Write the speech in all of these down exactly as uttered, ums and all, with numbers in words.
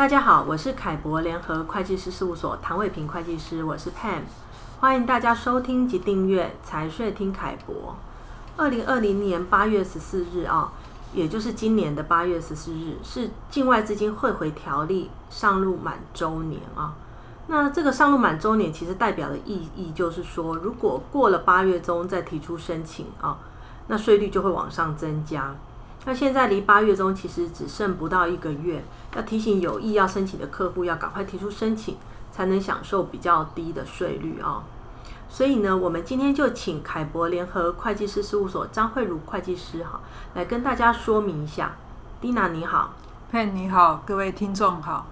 大家好，我是凯博联合会计师事务所唐伟平会计师，我是 Pam， 欢迎大家收听及订阅财税听凯博。二零二零年八月十四日啊，也就是今年的八月十四日，是境外资金汇回条例上路满周年啊。那这个上路满周年其实代表的意义就是说，如果过了八月中再提出申请啊，那税率就会往上增加。那现在离八月中其实只剩不到一个月，要提醒有意要申请的客户要赶快提出申请，才能享受比较低的税率啊。所以呢，我们今天就请凯博联合会计师事务所张慧茹会计师哈，来跟大家说明一下。Dina 你好。 Pen 你好，各位听众好。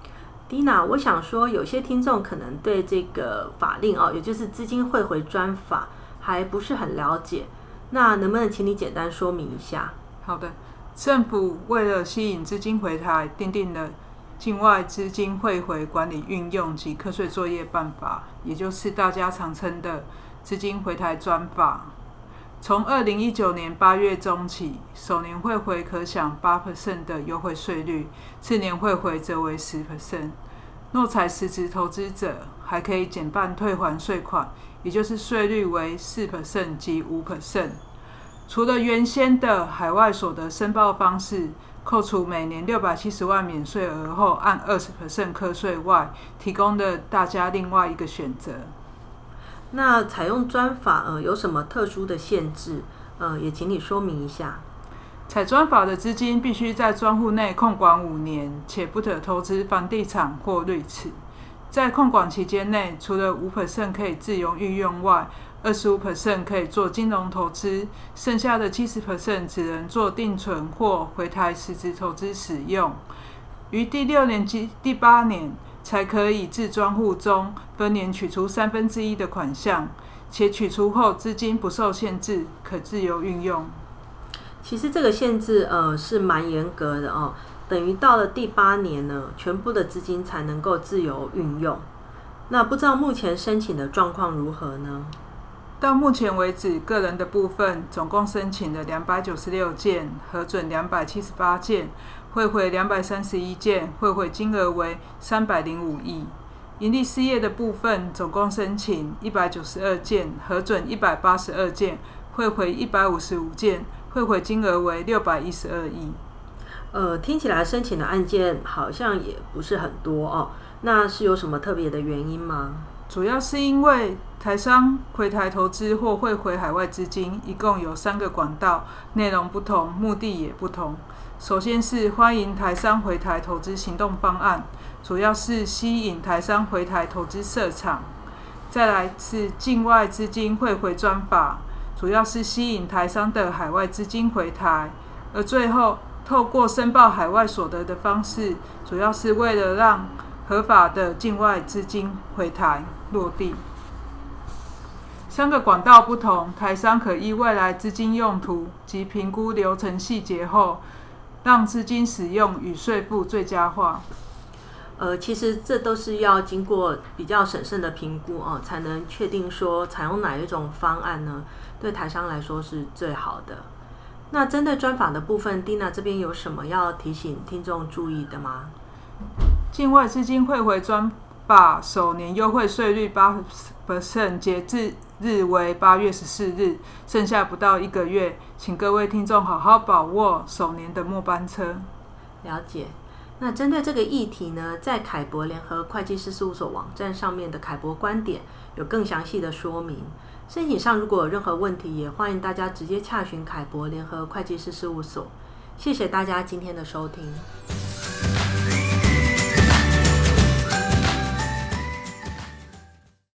Dina， 我想说有些听众可能对这个法令哦，也就是资金汇回专法还不是很了解，那能不能请你简单说明一下？ 好的，政府为了吸引资金回台，订定了境外资金汇回管理运用及课税作业办法，也就是大家常称的资金回台专法。从二零一九年八月中起，首年汇回可享 百分之八 的优惠税率，次年汇回则为 百分之十。若采实质投资者，还可以减半退还税款，也就是税率为 百分之四 及 百分之五。除了原先的海外所得申报方式，扣除每年六百七十万免税额后按 百分之二十 课税外，提供了大家另外一个选择。 那采用专法呃有什么特殊的限制？呃，也请你说明一下。 采专法的资金必须在专户内控管五年，且不得投资房地产或瑞驰。在控管期间内，除了 百分之五 可以自由运用外，百分之二十五 可以做金融投资，剩下的 百分之七十 只能做定存或回台实质投资使用。于第六年及第八年才可以自专户中分年取出三分之一的款项，且取出后资金不受限制，可自由运用。 其实这个限制呃是蛮严格的哦，等于到了第八年呢，全部的资金才能够自由运用。那不知道目前申请的状况如何呢？ 到目前为止，个人的部分总共申请了两百九十六件，核准两百七十八件，汇回两百三十一件，汇回金额为三百零五亿。营利事业的部分总共申请一百九十二件，核准一百八十二件，汇回一百五十五件，汇回金额为六百一十二亿。 呃，听起来申请的案件好像也不是很多哦，那是有什么特别的原因吗？ 主要是因为台商回台投资或汇回海外资金，一共有三个管道，内容不同，目的也不同。首先是欢迎台商回台投资行动方案，主要是吸引台商回台投资设厂；再来是境外资金汇回专法，主要是吸引台商的海外资金回台；而最后透过申报海外所得的方式，主要是为了让合法的境外资金回台落地。三个管道不同，台商可依未来资金用途及评估流程细节后，让资金使用与税负最佳化。 呃，其实这都是要经过比较审慎的评估哦，才能确定说采用哪一种方案呢，对台商来说是最好的。那针对专法的部分 ，Dina 这边有什么要提醒听众注意的吗？ 境外资金汇回专法首年优惠税率 百分之八， 截至日为八月十四日，剩下不到一个月，请各位听众好好把握首年的末班车。 了解。那针对这个议题呢，在凯博联合会计师事务所网站上面的凯博观点有更详细的说明。申请上如果有任何问题，也欢迎大家直接洽询凯博联合会计师事务所。谢谢大家今天的收听。